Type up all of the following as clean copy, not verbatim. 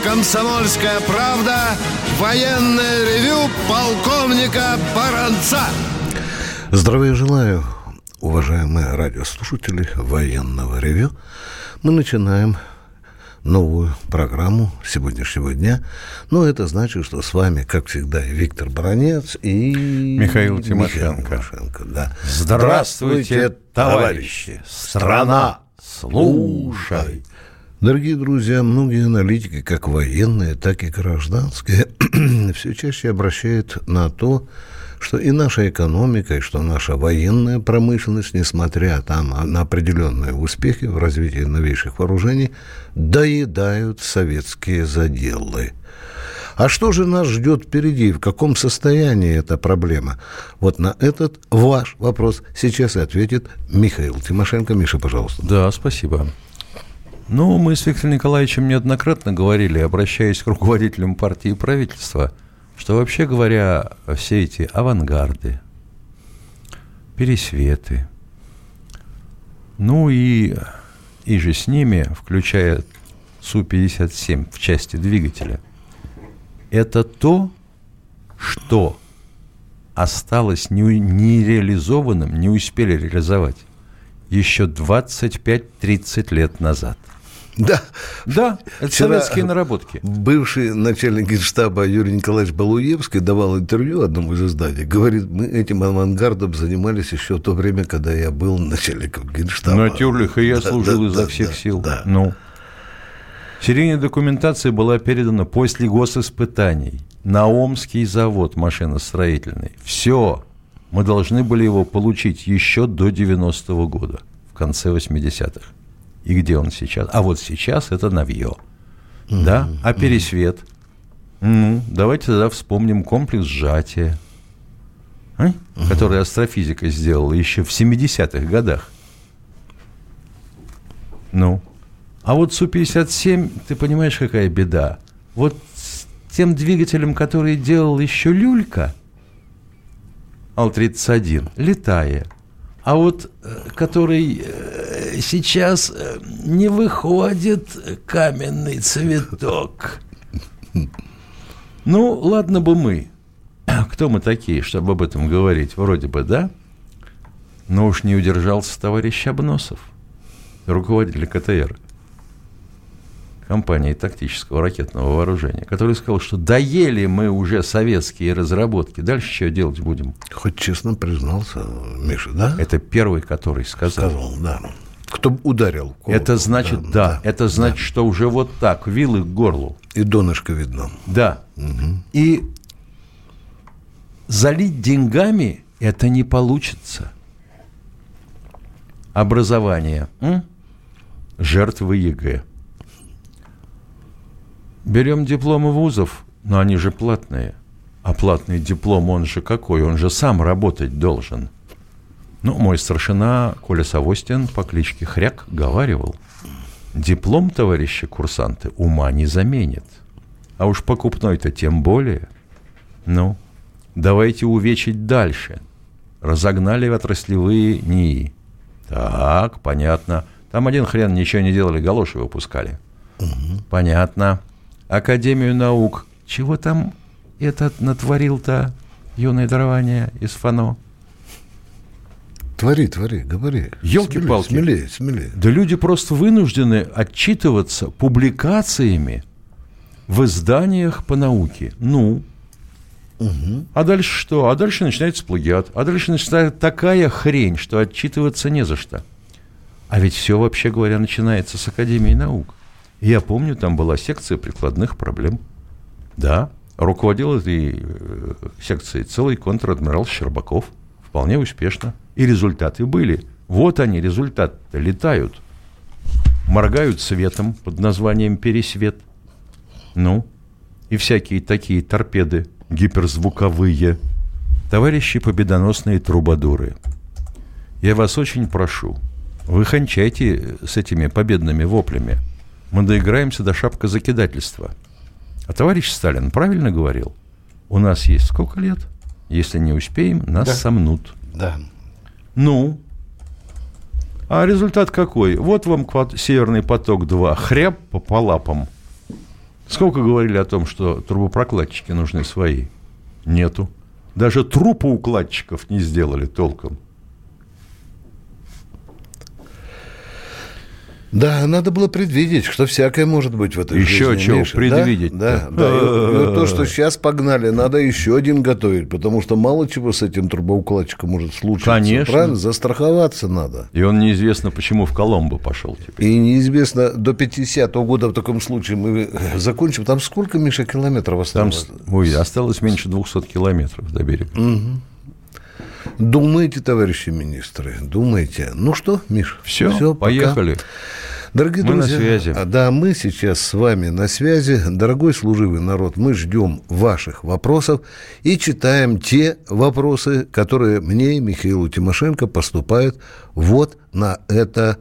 «Комсомольская правда». Военное ревю полковника Баранца. Здравия желаю, уважаемые радиослушатели военного ревю. Мы начинаем новую программу сегодняшнего дня. Но это значит, что с вами, как всегда, Виктор Баранец и Михаил Тимошенко. Да. Здравствуйте, товарищи! Страна, слушай! Дорогие друзья, многие аналитики, как военные, так и гражданские, все чаще обращают на то, что и наша экономика, и что наша военная промышленность, несмотря там на определенные успехи в развитии новейших вооружений, доедают советские заделы. А что же нас ждет впереди? В каком состоянии эта проблема? Вот на этот ваш вопрос сейчас и ответит Михаил Тимошенко. Миша, пожалуйста. Да, спасибо. Ну, мы с Виктором Николаевичем неоднократно говорили, обращаясь к руководителям партии и правительства, что, вообще говоря, все эти авангарды, пересветы, ну и же с ними, включая Су-57 в части двигателя, это то, что осталось нереализованным, не успели реализовать еще 25-30 лет назад. Да, это советские наработки. Бывший начальник генштаба Юрий Николаевич Балуевский давал интервью одному из изданий. Говорит, мы этим авангардом занимались еще в то время, когда я был начальником генштаба. Натюрлих, и я служил изо всех сил. Да. Ну, серийная документация была передана после госиспытаний на Омский завод машиностроительный. Все. Мы должны были его получить еще до 90-го года, в конце 80-х. И где он сейчас? А вот сейчас это новье. Да? А пересвет? Давайте тогда вспомним комплекс сжатия, который астрофизика сделала еще в 70-х годах. Ну. А вот Су-57, ты понимаешь, какая беда? Вот с тем двигателем, который делал еще Люлька, Ал-31, летая, а вот который сейчас не выходит каменный цветок. Ну, ладно бы мы. Кто мы такие, чтобы об этом говорить? Вроде бы, да? Но уж не удержался товарищ Обносов, руководитель КТР, компании тактического ракетного вооружения, который сказал, что доели мы уже советские разработки, дальше что делать будем? Хоть честно признался, Миша, да? Это первый, который сказал. Да. Кто ударил? Это значит, это значит, что уже вот так, вилы к горлу. И донышко видно. Да. И залить деньгами это не получится. Образование. Жертвы ЕГЭ. Берем дипломы вузов, но они же платные. А платный диплом, он же какой? Он же сам работать должен. Ну, мой старшина Коля Савостин по кличке Хряк говаривал: диплом, товарищи курсанты, ума не заменит. А уж покупной-то тем более. Ну, давайте увечить дальше. Разогнали отраслевые НИИ. Так, понятно. Там один хрен ничего не делали, галоши выпускали. Понятно. Академию наук. Чего там этот натворил-то юное дарование из ФАНО? Твори, говори. Ёлки-палки. Смелее. Да люди просто вынуждены отчитываться публикациями в изданиях по науке. Ну. А дальше что? А дальше начинается плагиат. А дальше начинается такая хрень, что отчитываться не за что. А ведь все, вообще говоря, начинается с Академии наук. Я помню, там была секция прикладных проблем. Да, руководил этой секцией целый контр-адмирал Щербаков. Вполне успешно. И результаты были. Вот они, результаты летают. Моргают светом под названием пересвет. Ну, и всякие такие торпеды гиперзвуковые. Товарищи победоносные трубадуры, я вас очень прошу, вы кончайте с этими победными воплями. Мы доиграемся до шапкозакидательства. А товарищ Сталин правильно говорил? У нас есть сколько лет? Если не успеем, нас сомнут. Да. Ну, а результат какой? Вот вам Северный поток-2, хряб по лапам Сколько говорили о том, что трубопрокладчики нужны свои? Нету. Даже трубоукладчиков не сделали толком. Да, надо было предвидеть, что всякое может быть в этой еще жизни. Еще Миша. чего предвидеть. Да. И вот то, что сейчас погнали, надо еще один готовить, потому что мало чего с этим трубоукладчиком может случиться. Конечно. Правильно? Застраховаться надо. И он неизвестно, почему в Коломбо пошел теперь. И неизвестно, до 50-го года в таком случае мы закончим. Там сколько, Миша, километров осталось? Осталось меньше 200 километров до берега. Угу. Думайте, товарищи министры, думайте. Ну что, Миш? Все, поехали. Дорогие мы друзья, на связи. Да, мы сейчас с вами на связи. Дорогой служивый народ, мы ждем ваших вопросов и читаем те вопросы, которые мне и Михаилу Тимошенко поступают вот на это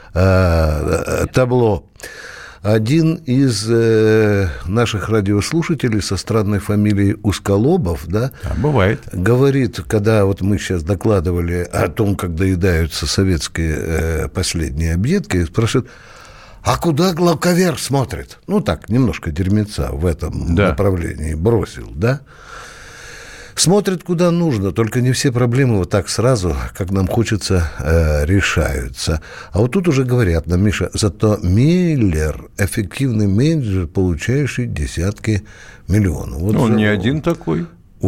табло. Один из наших радиослушателей со странной фамилией Усколобов, да, бывает, говорит, когда вот мы сейчас докладывали о том, как доедаются советские последние объедки, спрашивает, а куда главковерх смотрит? Ну, так, немножко дерьмеца в этом направлении бросил, да? Смотрит, куда нужно, только не все проблемы вот так сразу, как нам хочется, решаются. А вот тут уже говорят нам, Миша, зато Миллер – эффективный менеджер, получающий десятки миллионов. Вот он не один такой.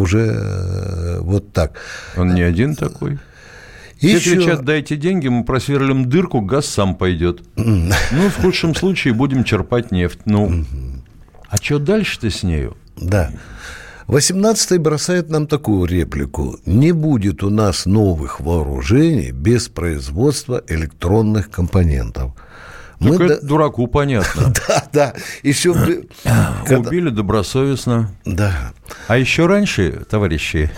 Уже вот так. Он не один такой. Все кричат, дайте деньги, мы просверлим дырку, газ сам пойдет. Ну, в худшем случае будем черпать нефть. Ну, а что дальше-то с нею? Да. 18-й бросает нам такую реплику. Не будет у нас новых вооружений без производства электронных компонентов. Так это дураку понятно. Да. Еще убили добросовестно. Да. А еще раньше, товарищи,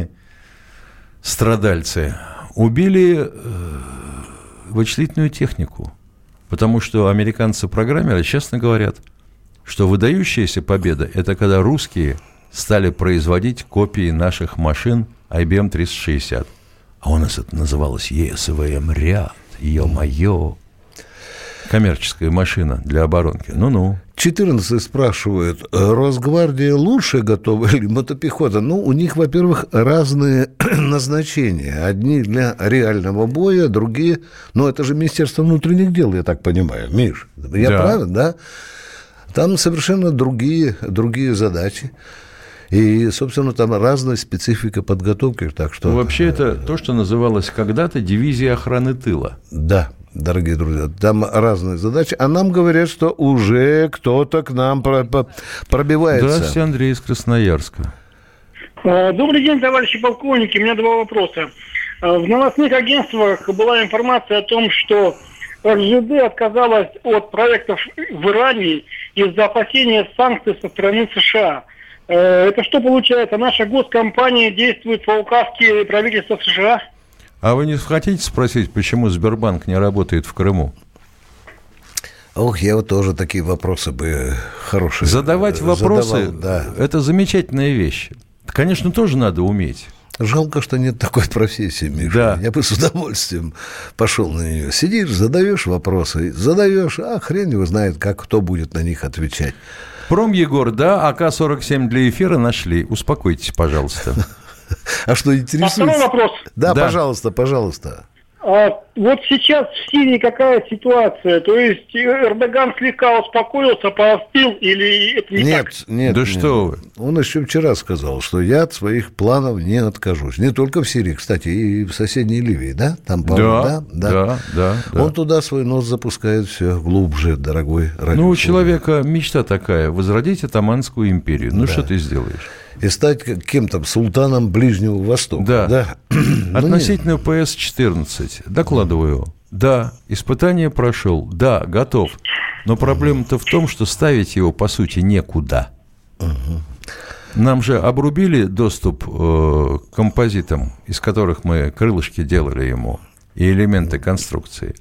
страдальцы, убили вычислительную технику. Потому что американцы-программеры честно говорят, что выдающаяся победа – это когда русские стали производить копии наших машин IBM 360. А у нас это называлось ЕСВМ-ряд. Ё-моё. Коммерческая машина для оборонки. Ну-ну. 14 спрашивают, Росгвардия лучше готова или мотопехота? Ну, у них, во-первых, разные назначения. Одни для реального боя, другие... Ну, это же Министерство внутренних дел, я так понимаю. Миш, я прав, да? Там совершенно другие задачи. И, собственно, там разная специфика подготовки. Так что... Вообще, это то, что называлось когда-то дивизия охраны тыла. Да, дорогие друзья, там разные задачи. А нам говорят, что уже кто-то к нам пробивается. Здравствуйте, Андрей из Красноярска. Добрый день, товарищи полковники. У меня два вопроса. В новостных агентствах была информация о том, что РЖД отказалась от проектов в Иране из-за опасения санкций со стороны США. Это что получается? Наша госкомпания действует по указке правительства США? А вы не хотите спросить, почему Сбербанк не работает в Крыму? Ох, я вот тоже такие вопросы бы хорошие задавать вопросы, да. Это замечательная вещь. Конечно, тоже надо уметь. Жалко, что нет такой профессии, Миша. Да. Я бы с удовольствием пошел на нее. Сидишь, задаешь вопросы, а хрен его знает, как кто будет на них отвечать. Егор, да, АК-47 для эфира нашли. Успокойтесь, пожалуйста. А что интересует? А второй вопрос. Да, пожалуйста. Вот сейчас в Сирии какая ситуация? То есть Эрдоган слегка успокоился, поостыл или это не так? Нет. Да что вы. Он еще вчера сказал, что я от своих планов не откажусь. Не только в Сирии, кстати, и в соседней Ливии, да? Там, Да. Он туда свой нос запускает все глубже, дорогой радиослушатель. Ну, у человека мечта такая – возродить Отоманскую империю. Ну, что ты сделаешь? И стать кем-то султаном Ближнего Востока. Да. Относительно ПС-14, докладываю. Да, испытание прошел. Да, готов. Но проблема-то в том, что ставить его, по сути, некуда. Нам же обрубили доступ к композитам, из которых мы крылышки делали ему, и элементы конструкции.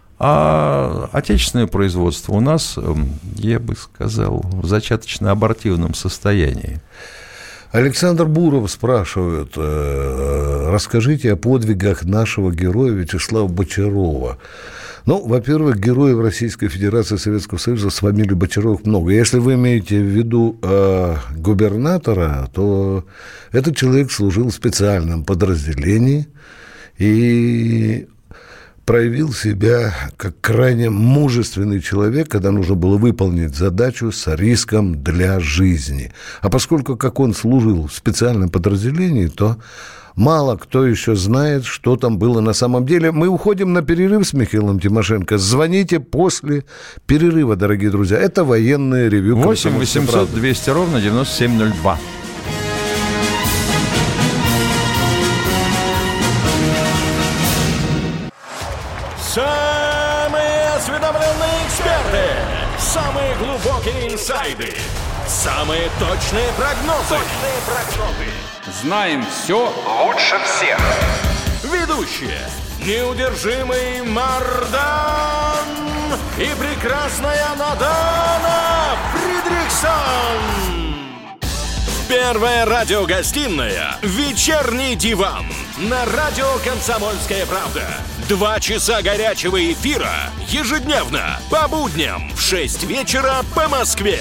А отечественное производство у нас, я бы сказал, в зачаточно-абортивном состоянии. Александр Буров спрашивает, расскажите о подвигах нашего героя Вячеслава Бочарова. Ну, во-первых, героев Российской Федерации Советского Союза с фамилией Бочаров много. Если вы имеете в виду губернатора, то этот человек служил в специальном подразделении и проявил себя как крайне мужественный человек, когда нужно было выполнить задачу с риском для жизни. А поскольку, как он служил в специальном подразделении, то мало кто еще знает, что там было на самом деле. Мы уходим на перерыв с Михаилом Тимошенко. Звоните после перерыва, дорогие друзья. Это военное ревью. 8 800 200 ровно 9702. Самые осведомленные эксперты, самые глубокие инсайды, самые точные прогнозы. Знаем все лучше всех. Ведущие: неудержимый Мардан и прекрасная Надана Фридрихсон. Первая радиогостинная «Вечерний диван» на радио «Комсомольская правда». 2 часа горячего эфира ежедневно по будням в 6 вечера по Москве.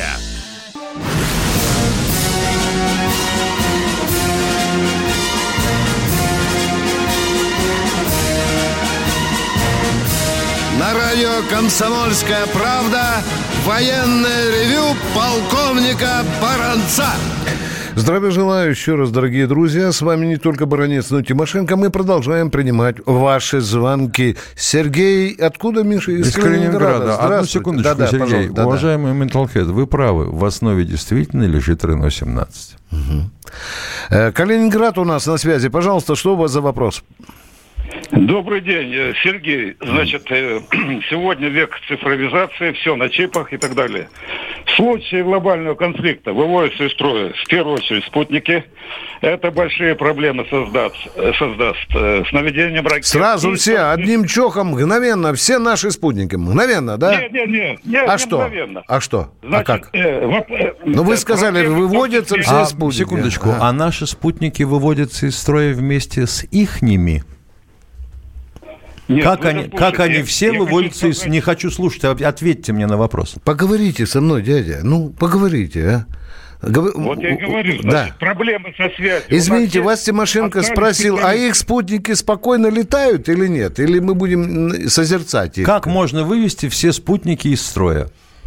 На радио «Комсомольская правда» военное ревю полковника Баранца. Здравия желаю еще раз, дорогие друзья. С вами не только Баранец, но и Тимошенко. Мы продолжаем принимать ваши звонки. Сергей, откуда, Миша? Из Калининграда. Одну секундочку, да, Сергей. Уважаемый Менталхед, вы правы. В основе действительно лежит Рено 17. Угу. Калининград у нас на связи. Пожалуйста, что у вас за вопрос? Добрый день, Сергей. Значит, сегодня век цифровизации, все на чипах и так далее. В случае глобального конфликта выводятся из строя, в первую очередь, спутники. Это большие проблемы создаст с наведением ракет. Сразу все, одним чохом, мгновенно, все наши спутники. Мгновенно, да? Нет, а что? мгновенно. А что? Значит, а как? Ну, вы сказали, выводятся все спутники. Секундочку, а наши спутники выводятся из строя вместе с ихними? Нет, как они все выводятся из... Не хочу слушать, ответьте мне на вопрос. Поговорите со мной, дядя. Ну, поговорите, а. Вот я и говорю, значит, проблемы со связью. Извините, вас Тимошенко спросил, а их спутники спокойно летают или нет? Или мы будем созерцать их? Как можно вывести все спутники из строя?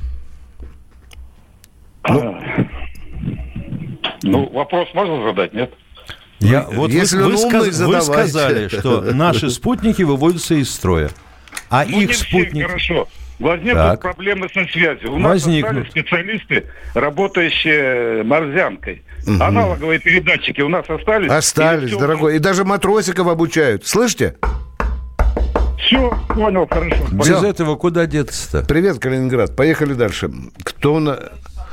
Вопрос можно задать, нет? Вы сказали, что наши спутники выводятся из строя, а их спутники... Хорошо. Возникнут проблемы со связью. У нас остались специалисты, работающие морзянкой. Угу. Аналоговые передатчики у нас остались. Остались, дорогой. И даже матросиков обучают. Слышите? Все, понял, хорошо. Без этого куда деться-то? Привет, Калининград. Поехали дальше. Кто на...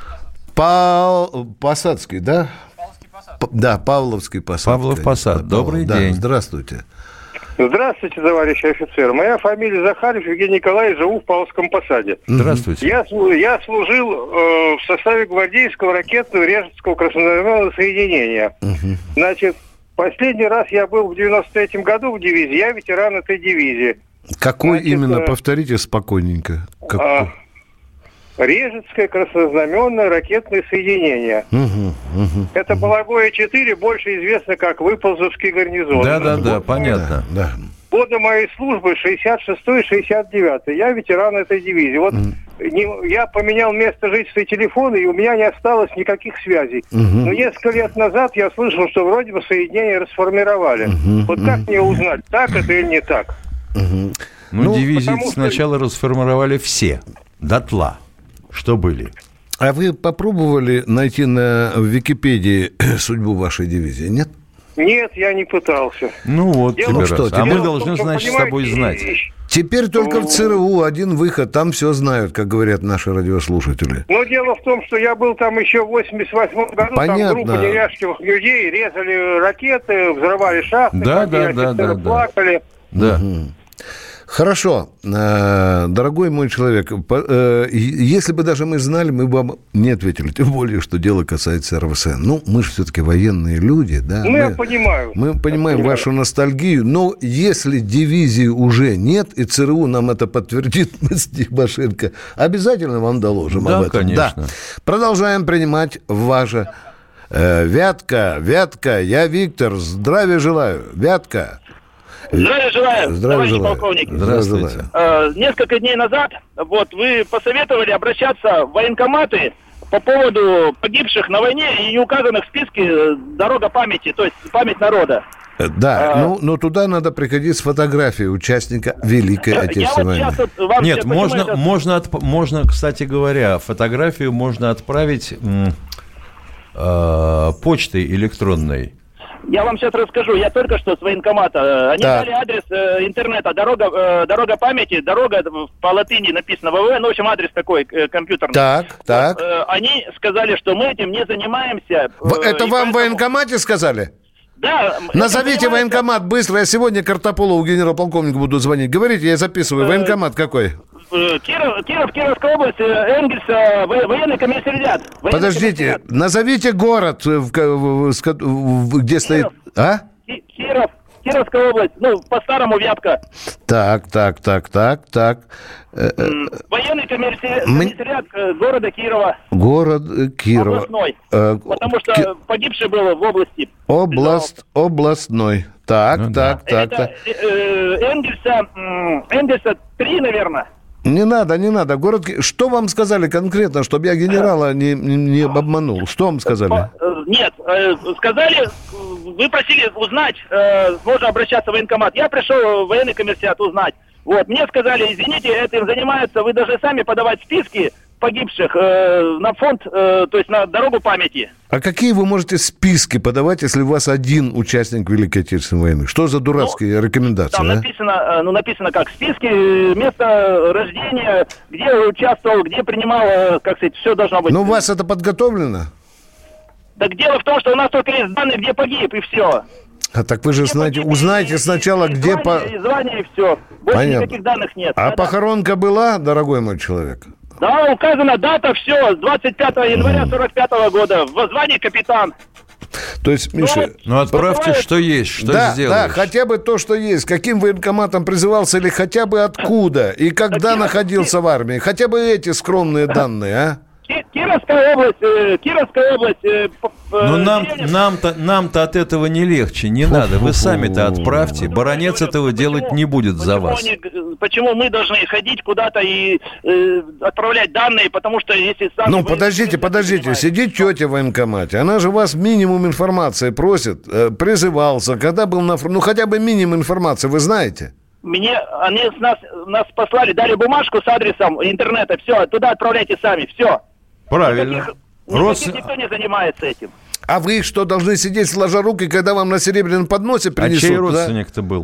Посадский, да? Да, Павловский Посад. Павлов Посад. Добрый день. Здравствуйте. Здравствуйте, товарищ офицер. Моя фамилия Захаров Евгений Николаевич, живу в Павловском Посаде. Здравствуйте. Я служил в составе гвардейского ракетного Режецкого краснознаменного соединения. Значит, последний раз я был в 93-м году в дивизии. Я ветеран этой дивизии. Какой именно? Повторите спокойненько. Режецкое краснознаменное ракетное соединение. Это Балагоя-4, больше известно как Выползовский гарнизон. Да, понятно. Да. Годы моей службы 66-69. Я ветеран этой дивизии. Вот я поменял место жительства и телефона, и у меня не осталось никаких связей. Но несколько лет назад я слышал, что вроде бы соединение расформировали. Вот как мне узнать, так это или не так? Дивизии сначала расформировали все, дотла. Что были? А вы попробовали найти в Википедии судьбу вашей дивизии, нет? Нет, я не пытался. Мы должны, значит, с тобой знать. Теперь только в ЦРУ один выход, там все знают, как говорят наши радиослушатели. Но дело в том, что я был там еще в 88 году, понятно. Там группа неряшливых людей резали ракеты, взрывали шахты, да. плакали. Да. Хорошо, дорогой мой человек, если бы даже мы знали, мы бы вам не ответили, тем более, что дело касается РВСН. Ну, мы же все-таки военные люди, да? Я понимаю. Мы понимаем вашу ностальгию, но если дивизии уже нет, и ЦРУ нам это подтвердит, мы с Тимошенко обязательно вам доложим об этом. Конечно. Да, продолжаем принимать ваше... Вятка, я Виктор, здравия желаю. Вятка. Здравия желаю, товарищ желаю. полковник. Здравствуйте. Несколько дней назад вы посоветовали обращаться в военкоматы по поводу погибших на войне и не указанных в списке дорога памяти, то есть память народа. Да, но туда надо приходить с фотографией участника Великой Отечественной войны. Нет, можно, кстати говоря, фотографию можно отправить почтой электронной. Я вам сейчас расскажу. Я только что с военкомата. Они дали адрес интернета. Дорога памяти. Дорога по латыни написано ВВ. Ну, в общем, адрес такой компьютерный. Так. Они сказали, что мы этим не занимаемся. Это вам в военкомате сказали? Да. Назовите военкомат быстро. Я сегодня Картополову генерал-полковнику буду звонить. Говорите, я записываю. Военкомат какой? Кировская область, Энгельса, военный комиссариат. Подождите, назовите город, где стоит... А? Кировская область, по-старому Вятка. Так. Военный комиссариат города Кирова. Город Кирова. Областной. Потому что погибший был в области. Областной. Так. Энгельса 3, наверное. Не надо. Город... Что вам сказали конкретно, чтобы я генерала не обманул? Что вам сказали? Нет, сказали, вы просили узнать, можно обращаться в военкомат. Я пришел в военный комиссариат узнать. Вот, мне сказали, извините, этим занимаются, вы должны сами подавать списки погибших на фонд, то есть на дорогу памяти. А какие вы можете списки подавать, если у вас один участник Великой Отечественной войны? Что за дурацкие рекомендации? Там написано как списки, место рождения, где участвовал, где принимал, как сказать, все должно быть. Но у вас это подготовлено? Так дело в том, что у нас только есть данные, где погиб, и все. А так вы же узнаете сначала, где... Звание, и все. Больше никаких данных нет. А похоронка была, дорогой мой человек? Да, указана дата, все, с 25 января 45 года, в звании капитан. То есть, Миша... отправьте, что есть, что сделаешь. Да, хотя бы то, что есть. Каким военкоматом призывался или хотя бы откуда, и когда находился в армии. Хотя бы эти скромные данные, а? Кировская область. Но нам-то от этого не легче, не надо. Вы сами-то отправьте. Баронец этого делать не будет за вас. Почему мы должны ходить куда-то и отправлять данные, потому что если сами... Ну, подождите, сидит тетя в военкомате, она же вас минимум информации просит, призывался, когда был на фронте, хотя бы минимум информации, вы знаете? Они нас послали, дали бумажку с адресом интернета, все, туда отправляйте сами, все. Правильно. Никто не занимается этим. А вы что, должны сидеть сложа руки, когда вам на серебряном подносе принесут? А чей родственник-то был?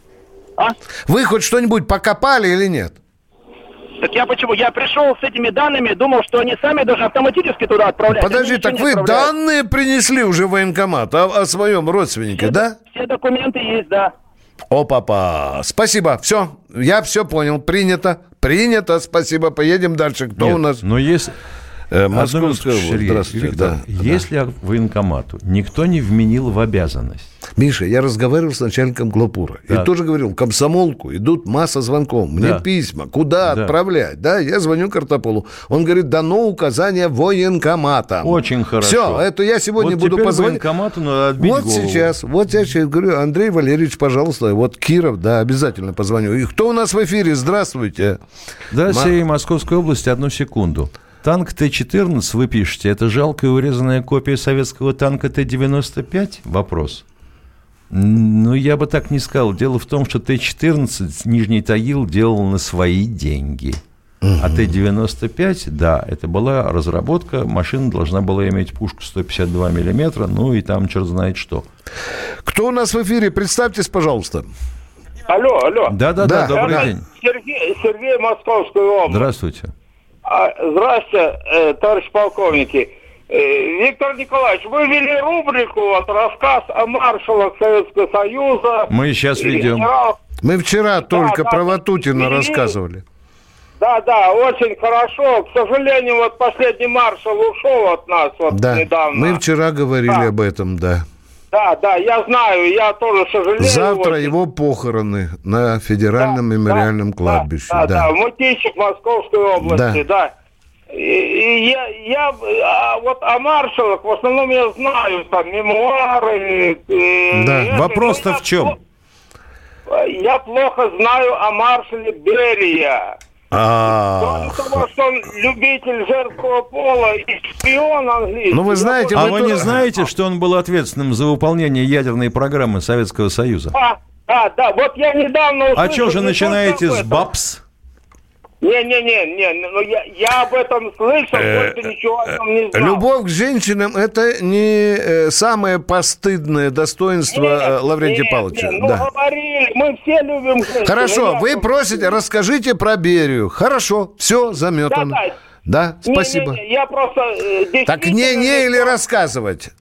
Вы хоть что-нибудь покопали или нет? Так я почему? Я пришел с этими данными, думал, что они сами должны автоматически туда отправлять. Подожди, так вы данные принесли уже в военкомат о своем родственнике, да? Все документы есть, да. О, папа, спасибо, все, я все понял, принято, спасибо, поедем дальше. Кто у нас? Но есть... Московская область, здравствуйте. Виктор, если военкомату никто не вменил в обязанность. Миша, я разговаривал с начальником главпура. И тоже говорил, комсомолку, идут масса звонков. Мне письма, куда отправлять? Да, я звоню Картополу. Он говорит, дано указание военкомата. Очень хорошо. Все, это я сегодня буду позвонить. Военкомату надо отбить голову. Сейчас говорю, Андрей Валерьевич, пожалуйста, вот Киров, да, обязательно позвоню. И кто у нас в эфире? Здравствуйте. Да, всей Московской области, одну секунду. Танк Т-14, вы пишете, это жалкая урезанная копия советского танка Т-95? Вопрос. Ну, я бы так не сказал. Дело в том, что Т-14 Нижний Тагил делал на свои деньги. А Т-95, да, это была разработка. Машина должна была иметь пушку 152 миллиметра, ну и там черт знает что. Кто у нас в эфире? Представьтесь, пожалуйста. Алло. Да, добрый день. Сергей, Московская область. Здравствуйте. Здравствуйте, товарищ полковники. Виктор Николаевич, вы вели рубрику, рассказ о маршалах Советского Союза. Мы сейчас ведем. Мы вчера только про Ватутина рассказывали. Да, очень хорошо. К сожалению, вот последний маршал ушел от нас недавно. Мы вчера говорили об этом, да. Да, я знаю, я тоже сожалею. Завтра его похороны на Федеральном мемориальном кладбище. Да, в Мытищах Московской области, да. И я вот о маршалах в основном я знаю, там, мемуары. Да, вопрос-то в чем? Я плохо знаю о маршале Берия. Кроме того, что он любитель женского пола и шпион английский. Ну, вы знаете... вы не знаете, что он был ответственным за выполнение ядерной программы Советского Союза? Да, вот я недавно услышал... А что же начинаете с БАПС? Не, ну я об этом слышал, только ничего о том не знал. Любовь к женщинам – это не самое постыдное достоинство Лаврентия Павловича. Говорили, мы все любим женщин. Хорошо, вы просите, расскажите про Берию. Хорошо, все заметано. Да, спасибо. Я просто... Так не или рассказывать?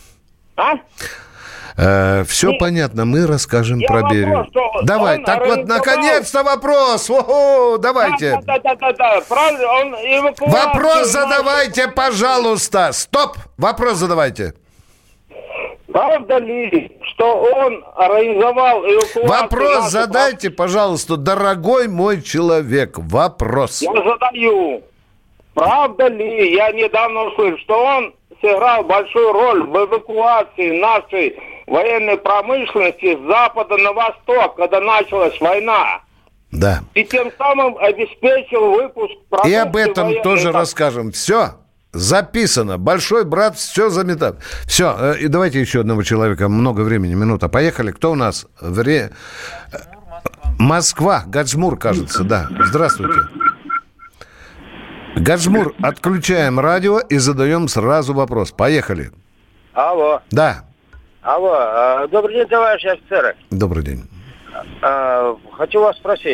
Все понятно, мы расскажем про Берию. Давай, так вот, наконец-то вопрос. Давайте. Да. Правильно, вопрос задавайте, пожалуйста. Стоп, вопрос задавайте. Правда ли, что он организовал эвакуацию... Вопрос задайте, пожалуйста, дорогой мой человек. Вопрос. Я задаю. Правда ли, я недавно услышал, что он сыграл большую роль в эвакуации нашей военной промышленности с запада на восток, когда началась война. Да. И тем самым обеспечил выпуск продукции. И об этом тоже расскажем. Все записано. Большой брат все заметает. Все. И давайте еще одного человека. Много времени. Минута. Поехали. Кто у нас? Москва. Гаджмур, кажется. Да. Здравствуйте. Гаджмур, отключаем радио и задаем сразу вопрос. Поехали. Алло. Да. Алло. Добрый день, товарищи офицеры. Добрый день. Хочу вас спросить,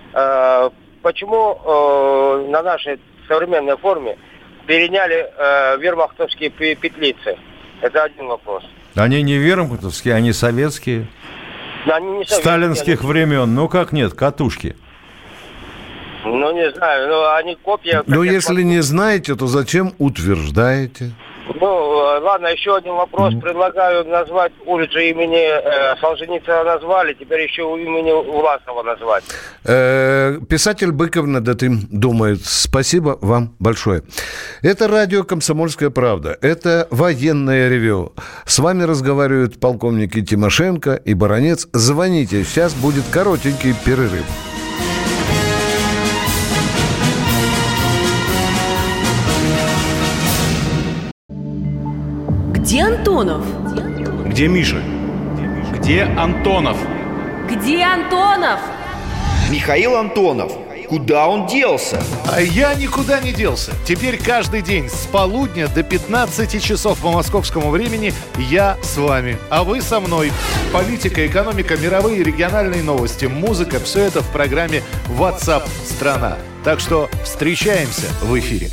почему на нашей современной форме переняли вермахтовские петлицы? Это один вопрос. Они не вермахтовские, они советские. Они не советские. Сталинских времен. Ну как нет, катушки. Ну, не знаю, они копия... Ну, если не знаете, то зачем утверждаете? Ну, ладно, еще один вопрос. Предлагаю назвать улицу имени Солженицына назвали, теперь еще имени Власова назвать. Писатель Быков над этим думает. Спасибо вам большое. Это радио «Комсомольская правда». Это военное ревю. С вами разговаривают полковники Тимошенко и Баранец. Звоните. Сейчас будет коротенький перерыв. Где Антонов? Где Миша? Где Антонов? Где Антонов? Михаил Антонов. Куда он делся? А я никуда не делся. Теперь каждый день с полудня до 15 часов по московскому времени я с вами, а вы со мной. Политика, экономика, мировые и региональные новости, музыка – все это в программе WhatsApp страна. Так что встречаемся в эфире.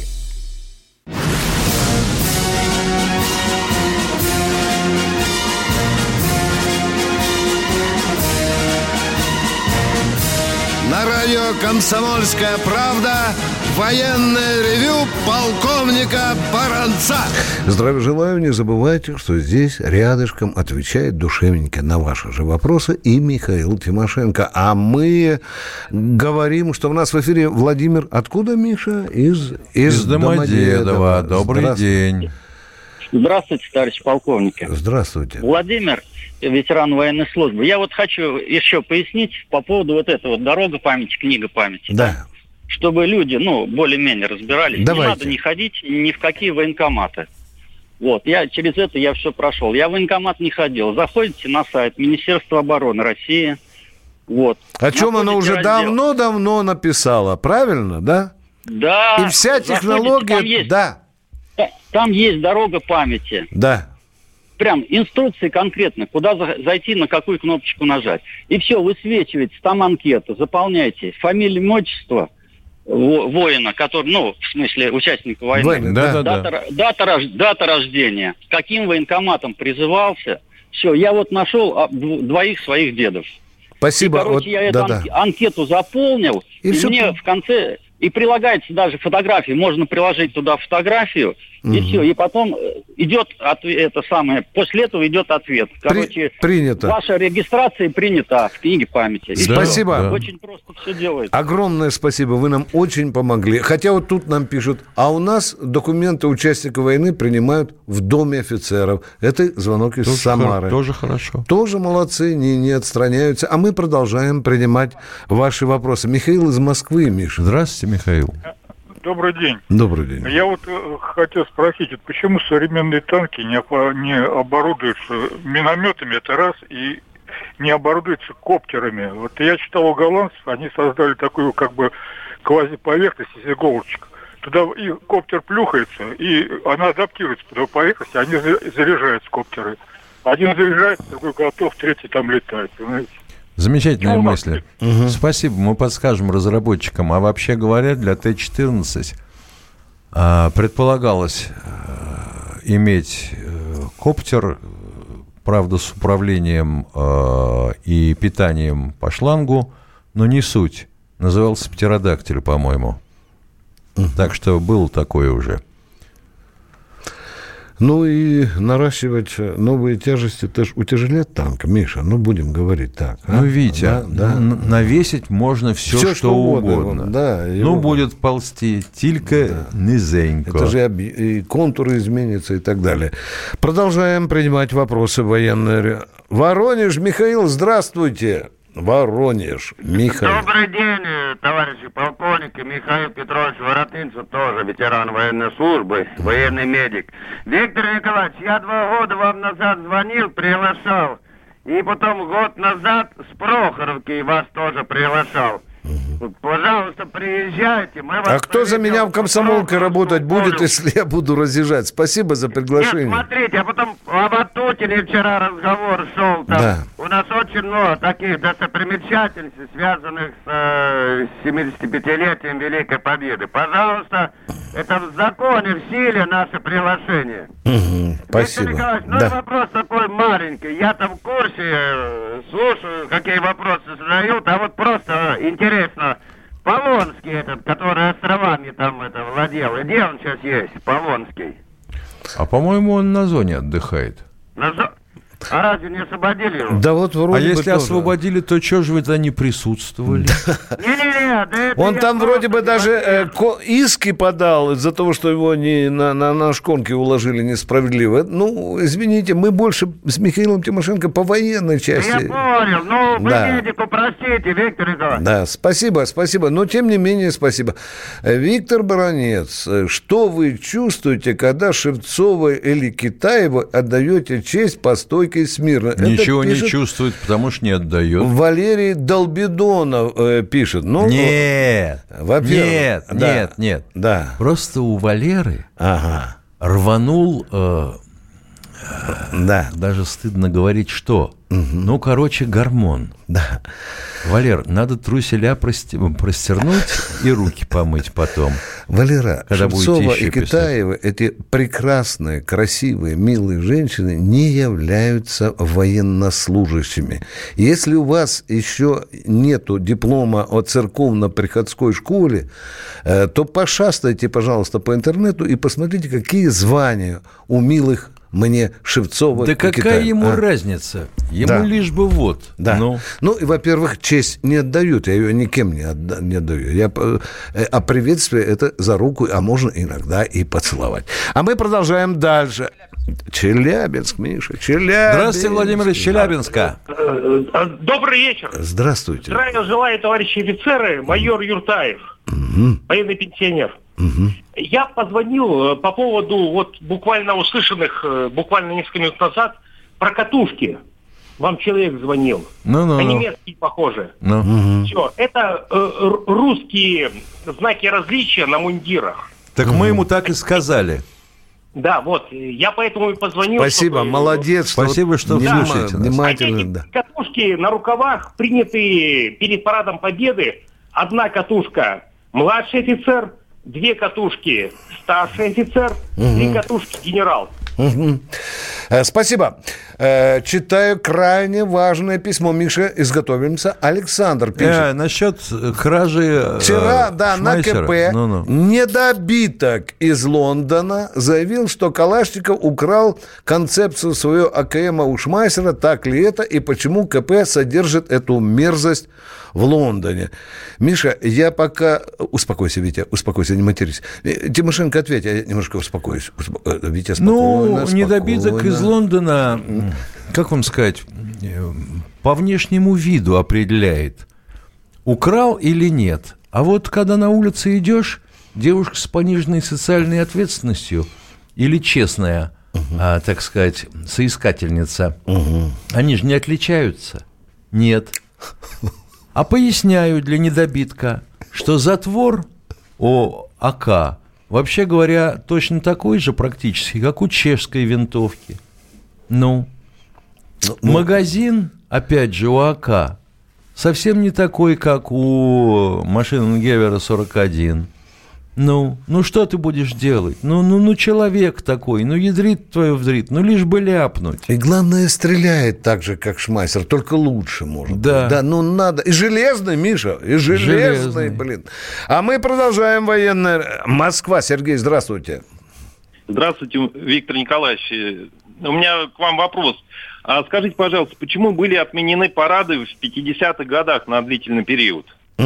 На радио «Комсомольская правда» военное ревю полковника Баранца. Здравия желаю. Не забывайте, что здесь рядышком отвечает душевненько на ваши же вопросы и Михаил Тимошенко. А мы говорим, что у нас в эфире Владимир. Откуда, Миша? Из Домодедово. Добрый день. Здравствуйте, товарищи полковники. Здравствуйте. Владимир, ветеран военной службы. Я вот хочу еще пояснить по поводу вот этого «Дорога памяти», «Книга памяти». Да. Чтобы люди, более-менее разбирались. Давайте. Не надо не ходить ни в какие военкоматы. Вот, через это я все прошел. Я в военкомат не ходил. Заходите на сайт Министерства обороны России. Вот. О чем оно уже давно-давно написало, правильно, да? Да. И вся технология, Там есть «Дорога памяти». Да. Прям инструкции конкретно, куда зайти, на какую кнопочку нажать. И все, высвечивается там анкета, заполняйте фамилия, отчество воина, который, в смысле участника войны. Дата рождения, каким военкоматом призывался. Все, я вот нашел двоих своих дедов. Спасибо. И, короче, я эту анкету заполнил, и мне в конце... И прилагается даже фотография. Можно приложить туда фотографию, и все. И потом идет после этого идет ответ. Короче, принято. Ваша регистрация принята в книге памяти. Спасибо. Да. Очень просто все делается. Огромное спасибо. Вы нам очень помогли. Хотя вот тут нам пишут, а у нас документы участника войны принимают в доме офицеров. Это звонок из Самары. Тоже хорошо. Тоже молодцы, не отстраняются. А мы продолжаем принимать ваши вопросы. Михаил из Москвы, Миша. Здравствуйте, Михаил. Добрый день. Добрый день. Я вот хотел спросить, почему современные танки не оборудуются минометами, это раз, и не оборудуются коптерами. Вот я читал у голландцев, они создали такую как бы квазиповерхность из иголочек. Туда и коптер плюхается, и она адаптируется под поверхность, они заряжаются коптеры. Один заряжается, другой готов, третий там летает, понимаете? Замечательные мысли. Спасибо, мы подскажем разработчикам. А вообще говоря, для Т-14 предполагалось иметь коптер, правда, с управлением и питанием по шлангу, но не суть. Назывался птеродактиль, по-моему. Так что было такое уже. Ну и наращивать новые тяжести, это ж утяжелят танк, Миша, будем говорить так. Ну, видите, навесить можно все что угодно. Да, будет ползти только низенько. Это же и контуры изменятся и так далее. Продолжаем принимать вопросы военные. Воронеж, Михаил, здравствуйте. Воронеж, Михаил. Добрый день, товарищи полковники. Михаил Петрович Воротынцев, тоже ветеран военной службы, военный медик. Виктор Николаевич, я 2 года вам назад звонил, приглашал. И потом год назад с Прохоровки вас тоже приглашал. Пожалуйста, приезжайте. А кто за меня в комсомолке работать будет, если я буду разъезжать? Спасибо за приглашение. Нет, смотрите, а потом об Атутине вчера разговор шел. Там. Да. У нас очень много таких достопримечательностей, связанных с 75-летием Великой Победы. Пожалуйста, это в законе, в силе наше приглашение. Спасибо. Виктор Николаевич, вопрос такой маленький. Я-то в курсе, слушаю, какие вопросы задают, а вот просто интересно. Полонский этот, который островами там владел, где он сейчас есть, Полонский? А по-моему, он на зоне отдыхает. А разве не освободили его? Да вот вроде бы если тоже. Освободили, то чего же вы тогда не присутствовали? Он там вроде бы даже иски подал из-за того, что его не на шконки уложили несправедливо. Ну, извините, мы больше с Михаилом Тимошенко по военной части. Я понял, вы медику простите, Виктор Николаевич. Да, спасибо, но тем не менее спасибо. Виктор Баранец, что вы чувствуете, когда Шевцова или Китаева отдаете честь по стойке смирно? Ничего не чувствует, потому что не отдает. Валерий Долбидонов пишет. Нет. Да. Просто у Валеры рванул, даже стыдно говорить, что. Гормон. Да. Валер, надо труселя простернуть и руки помыть потом. Валера, Шевцова и Китаева, эти прекрасные, красивые, милые женщины не являются военнослужащими. Если у вас еще нету диплома о церковно-приходской школе, то пошастайте, пожалуйста, по интернету и посмотрите, какие звания у милых мне Шевцова. Да какая ему разница? Ему лишь бы вот. Да. Ну, и, во-первых, честь не отдают. Я ее никем не отдаю. А приветствие это за руку, а можно иногда и поцеловать. А мы продолжаем дальше. Челябинск, Миша, Челябинск. Здравствуйте, Владимир из Челябинска. Добрый вечер. Здравствуйте. Здравия желаю, товарищи офицеры. Майор Юртаев, военный пенсионер. Я позвонил по поводу буквально услышанных, буквально несколько минут назад, про катушки. Вам человек звонил. По-немецки похоже. Все, это русские знаки различия на мундирах. Так мы ему так и сказали. Да, я поэтому и позвонил. Спасибо, молодец. Спасибо, что слушаете нас. Внимательно. Катушки на рукавах приняты перед парадом Победы. 1 катушка младший офицер, 2 катушки старший офицер, 3 катушки генерал. Спасибо. Читаю крайне важное письмо. Миша, изготовимся. Александр пишет. Насчет кражи Вчера, на Шмайсера. КП недобиток из Лондона заявил, что Калашников украл концепцию своего АКМа у Шмайсера. Так ли это и почему КП содержит эту мерзость в Лондоне? Миша, я пока... Успокойся, Витя, успокойся, не матерись. Тимошенко, ответь, я немножко успокоюсь. Витя, спокойно, недобиток из Лондона, как вам сказать, по внешнему виду определяет, украл или нет. А вот когда на улице идешь, девушка с пониженной социальной ответственностью или честная, так сказать, соискательница, они же не отличаются. Нет. А поясняю для недобитка, что затвор АК, вообще говоря, точно такой же практически, как у чешской винтовки. Магазин, опять же, у АК совсем не такой, как у Машингевера 41. Что ты будешь делать? Человек такой, ядрит твою вдрит, лишь бы ляпнуть. И главное, стреляет так же, как Шмайсер, только лучше, может быть. Да, надо. И железный, Миша, и железный, блин. А мы продолжаем военное... Москва, Сергей, здравствуйте. Здравствуйте, Виктор Николаевич. У меня к вам вопрос. А скажите, пожалуйста, почему были отменены парады в 50-х годах на длительный период?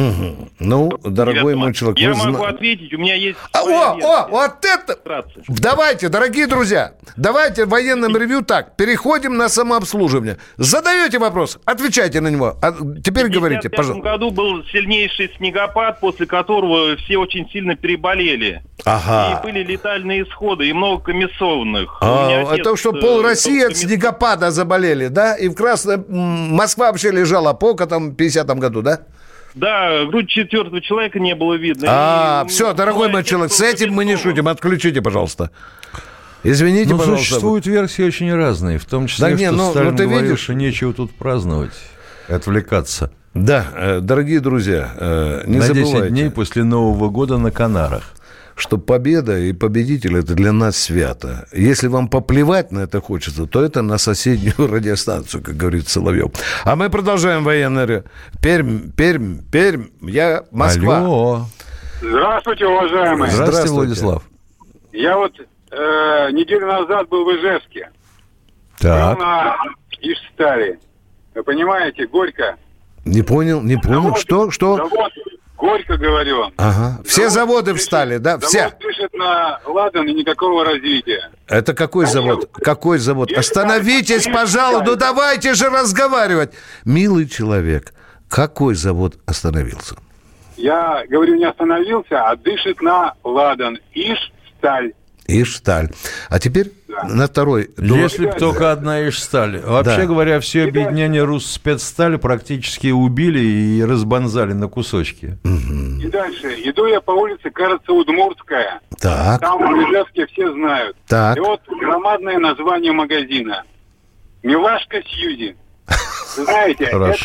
Дорогой мой человек... Я могу ответить, у меня есть... вот это... Давайте, дорогие друзья, давайте в военном ревью так, переходим на самообслуживание. Задаете вопрос, отвечайте на него. А теперь говорите, пожалуйста. В 1955 году был сильнейший снегопад, после которого все очень сильно переболели. И были летальные исходы, и много комиссованных. Это что, пол России от снегопада заболели, да? И в Москва вообще лежала покотом в 50-м году, да? Да, грудь четвертого человека не было видно. Все, дорогой мой человек, с этим мы не шутим. Отключите, пожалуйста. Извините, пожалуйста. Существуют версии очень разные, в том числе, что Сталин говорил, что нечего тут праздновать, отвлекаться. Да, дорогие друзья, не забывайте. На 10 дней после Нового года на Канарах. Что победа и победитель – это для нас свято. Если вам поплевать на это хочется, то это на соседнюю радиостанцию, как говорит Соловьев. А мы продолжаем военное. Пермь, Москва. Алло. Здравствуйте, уважаемые. Здравствуйте, Владислав. Я неделю назад был в Ижевске. Так. Был на Ижстале. Вы понимаете, Горько. Не понял. Что? Завод Горько, говорю вам. Все заводы встали, да? Все. Завод пишет на ладан и никакого развития. Это какой завод? Какой завод? Остановитесь, пожалуйста. Давайте же разговаривать. Милый человек, какой завод остановился? Я говорю, не остановился, а дышит на ладан. Ижсталь. Ижсталь. А теперь на второй. Если бы только одна Ижсталь. Вообще говоря, все объединения Русспецстали практически убили и разбонзали на кусочки. И дальше. Иду я по улице, кажется, Удмуртская. Так. Там в Ижевске все знают. Так. И вот громадное название магазина. Милашка Сьюзи. Знаете,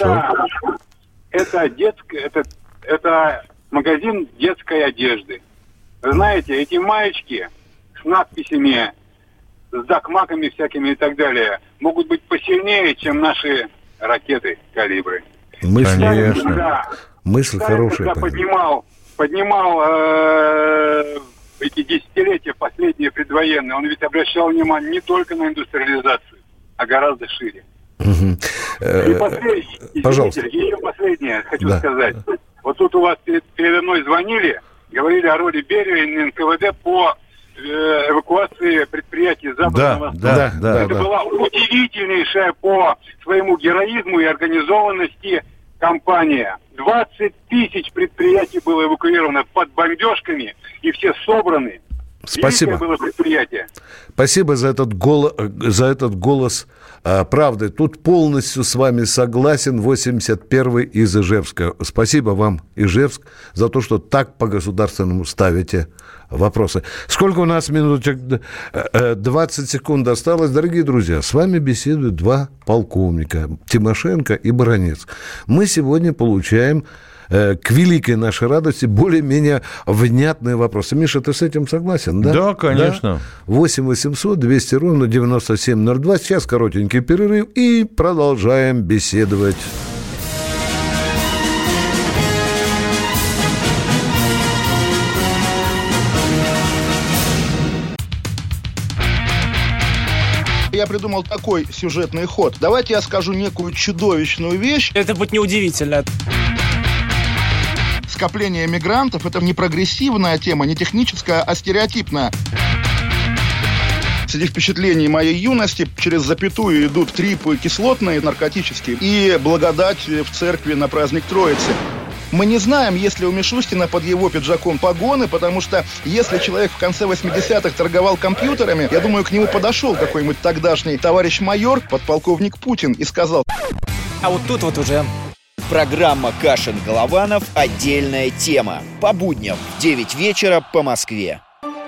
это магазин детской одежды. Вы знаете, эти маечки с надписями, с докмаками всякими и так далее, могут быть посильнее, чем наши ракеты калибры. Конечно. Мысль хорошая. Когда поднимал эти десятилетия последние предвоенные, он ведь обращал внимание не только на индустриализацию, а гораздо шире. Пожалуйста. Еще последнее хочу сказать. Вот тут у вас передо мной звонили, говорили о роли Берия и НКВД по эвакуации предприятий Западного Востока. Это была удивительнейшая по своему героизму и организованности кампания. 20 тысяч предприятий было эвакуировано под бомбежками, и все собраны. Спасибо. Было предприятие. Спасибо за этот голос правды. Тут полностью с вами согласен. 81-й из Ижевска. Спасибо вам, Ижевск, за то, что так по-государственному ставите вопросы. Сколько у нас минуточек? 20 секунд осталось. Дорогие друзья, с вами беседуют два полковника, Тимошенко и Баранец. Мы сегодня получаем к великой нашей радости, более-менее внятные вопросы. Миша, ты с этим согласен, да? Да, конечно. 8 800 200 ровно 9702. Сейчас коротенький перерыв и продолжаем беседовать. Я придумал такой сюжетный ход. Давайте я скажу некую чудовищную вещь. Это будет неудивительно. Скопление мигрантов – это не прогрессивная тема, не техническая, а стереотипная. Среди впечатлений моей юности через запятую идут трипы кислотные, наркотические, и благодать в церкви на праздник Троицы. Мы не знаем, есть ли у Мишустина под его пиджаком погоны, потому что если человек в конце 80-х торговал компьютерами, я думаю, к нему подошел какой-нибудь тогдашний товарищ майор, подполковник Путин, и сказал: а вот тут вот уже... Программа «Кашин-Голованов. Отдельная тема». По будням в 9 вечера по Москве.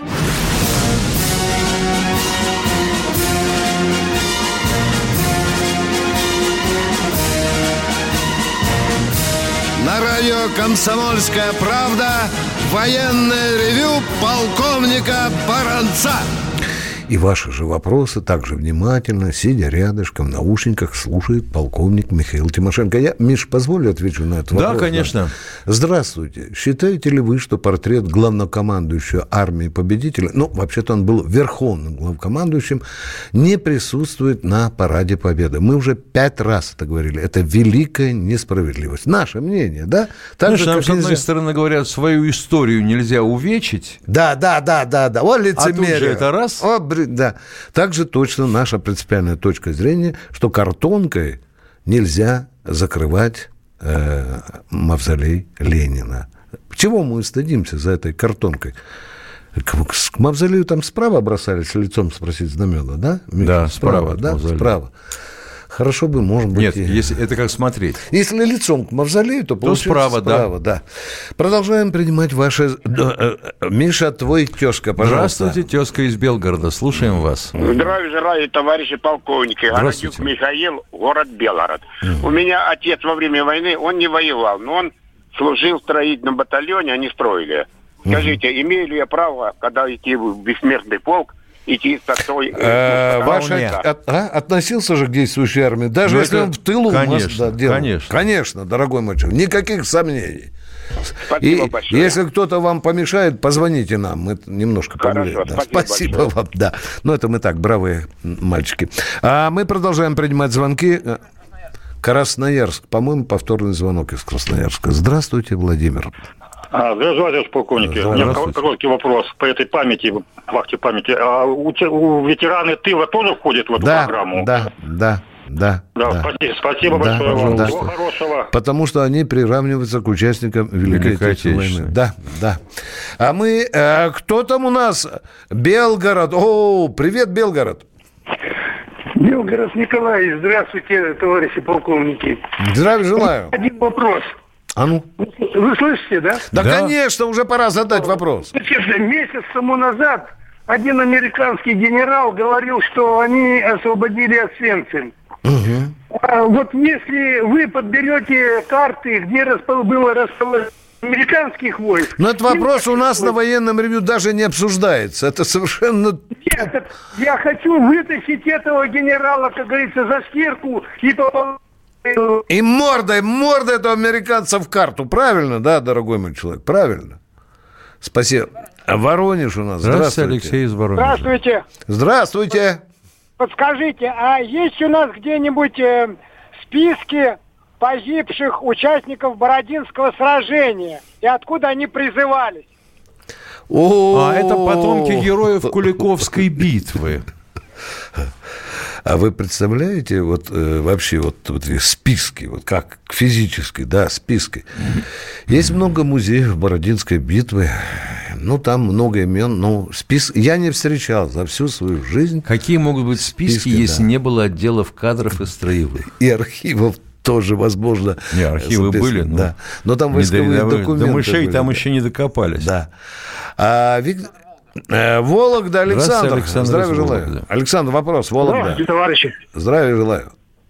На радио «Комсомольская правда» военное ревю полковника Баранца. И ваши же вопросы также внимательно, сидя рядышком, в наушниках, слушает полковник Михаил Тимошенко. Я, Миш, позволю отвечу на этот вопрос? Да, конечно. Здравствуйте. Считаете ли вы, что портрет главнокомандующего армии победителя, ну, вообще-то он был верховным главнокомандующим, не присутствует на параде Победы? Мы уже 5 раз это говорили. Это великая несправедливость. Наше мнение, да? Так же, нам, с одной нельзя... стороны, говорят, свою историю нельзя увечить. Да. Вот лицемерие. А тут же это раз... Да. Также точно наша принципиальная точка зрения, что картонкой нельзя закрывать мавзолей Ленина. Чего мы стыдимся за этой картонкой? К мавзолею там справа бросались лицом спросить знамена, да? Да, справа. Да, справа. Хорошо бы, может быть... Нет, если, это как смотреть. Если лицом к мавзолею, то получается справа, да. Продолжаем принимать ваши... Миша, твой тезка, пожалуйста. Здравствуйте, тезка из Белгорода. Слушаем вас. Здравия желаю, товарищи полковники. Городюк Михаил, город Белгород. У меня отец во время войны, он не воевал, но он служил в строительном батальоне, они строили. Скажите, имею ли я право, когда идти в бессмертный полк, идти с такой... Ваш относился же к действующей армии, даже если он в тылу... Конечно, дорогой мальчик, никаких сомнений. Спасибо большое. Если кто-то вам помешает, позвоните нам, мы немножко поговорим. Да. Спасибо вам, да. Но это мы так, бравые мальчики. А мы продолжаем принимать звонки. Красноярск, по-моему, повторный звонок из Красноярска. Здравствуйте, Владимир. Здравствуйте, полковники. У меня короткий вопрос по этой памяти, вахте памяти. А у ветераны тыла тоже входят в эту программу? Да. Спасибо большое вам. Всего хорошего. Потому что они приравниваются к участникам Великой Отечественной войны. Да. А мы... кто там у нас? Белгород. Привет, Белгород. Белгород Николай. Здравствуйте, товарищи полковники. Здравия желаю. Один вопрос. А ну? Вы слышите, да? Да, конечно, уже пора задать вопрос. Месяц тому назад один американский генерал говорил, что они освободили Освенцим. Вот если вы подберете карты, где было расположение американских войск... Но этот вопрос у нас на военном ревью даже не обсуждается. Это совершенно... Нет, я хочу вытащить этого генерала, как говорится, за стирку и мордой этого американца в карту. Правильно, да, дорогой мой человек? Правильно. Спасибо. Воронеж у нас. Здравствуйте, Алексей из Воронежа. Здравствуйте. Подскажите, а есть у нас где-нибудь списки погибших участников Бородинского сражения? И откуда они призывались? Это потомки героев Куликовской битвы. А вы представляете, вообще списки, как физически, да, списки. Есть много музеев Бородинской битвы, там много имен, я не встречал за всю свою жизнь. Какие могут быть списки, если не было отделов кадров и строевых? И архивов тоже, возможно. Не, архивы были, да. Но там войсковые документы до мышей были, там еще не докопались. Да. Вологда, Александр. Здравия желаю. Александр, вопрос. Вологда. Здравствуйте, товарищи. Здравия желаю.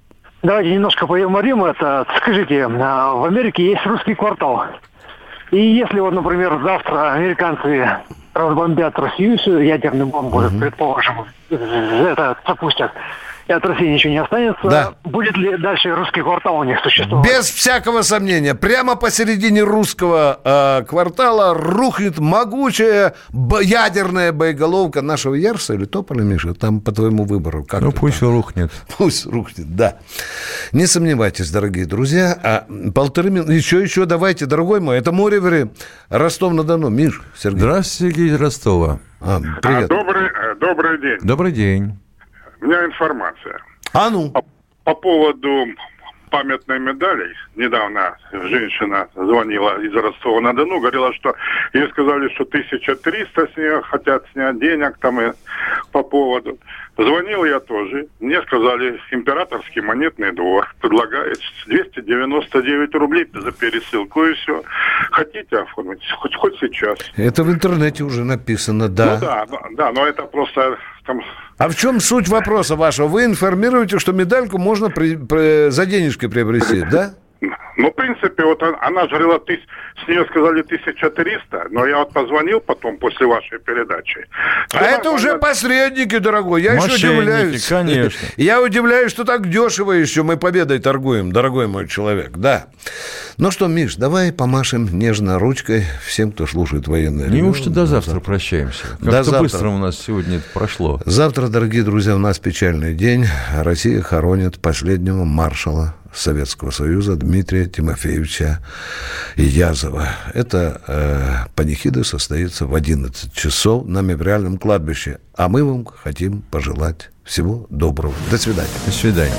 Давайте немножко поюморим это. Скажите, в Америке есть русский квартал. И если вот, например, завтра американцы разбомбят Россию ядерной бомбой, предположим, это запустят, и от России ничего не останется, будет ли дальше русский квартал у них существовать? Без всякого сомнения. Прямо посередине русского квартала рухнет могучая ядерная боеголовка нашего Ярса или Тополя, Миша, там по твоему выбору. Как пусть рухнет. Пусть рухнет, да. Не сомневайтесь, дорогие друзья. 1,5 минуты. Еще давайте, дорогой мой. Это Море, Ростов-на-Дону. Миш, Сергей. Здравствуйте, Сергей из Ростова. Привет. Добрый день. Добрый день. У меня информация. По поводу памятной медали. Недавно женщина звонила из Ростова-на-Дону, говорила, что ей сказали, что 1300 с нее хотят снять денег там и по поводу. Звонил я тоже. Мне сказали, императорский монетный двор предлагает 299 рублей за пересылку и все. Хотите оформить? Хоть сейчас. Это в интернете уже написано, да. Да, но это просто там... А в чем суть вопроса вашего? Вы информируете, что медальку можно за денежки приобрести, да? Ну, в принципе, вот она же говорила, с нее сказали 1300, но я вот позвонил потом после вашей передачи. Это уже посредники, дорогой. Я еще удивляюсь. Конечно. Я удивляюсь, что так дешево еще мы победой торгуем, дорогой мой человек, да. Ну что, Миш, давай помашем нежно ручкой всем, кто слушает военное ревю. Неужто до завтра прощаемся? Как-то быстро у нас сегодня это прошло. Завтра, дорогие друзья, у нас печальный день. Россия хоронит последнего маршала Советского Союза Дмитрия Тимофеевича Язова. Это панихида состоится в 11 часов на мемориальном кладбище. А мы вам хотим пожелать всего доброго. До свидания. До свидания.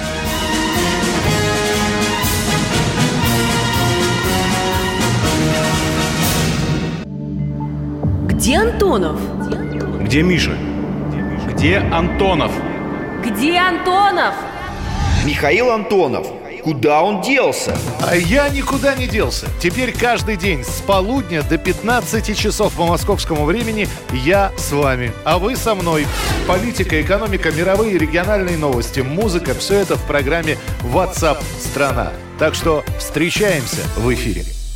Где Антонов? Где Миша? Где Антонов? Где Антонов? Михаил Антонов. Куда он делся? А я никуда не делся. Теперь каждый день с полудня до 15 часов по московскому времени я с вами, а вы со мной. Политика, экономика, мировые и региональные новости, музыка – все это в программе WhatsApp страна. Так что встречаемся в эфире.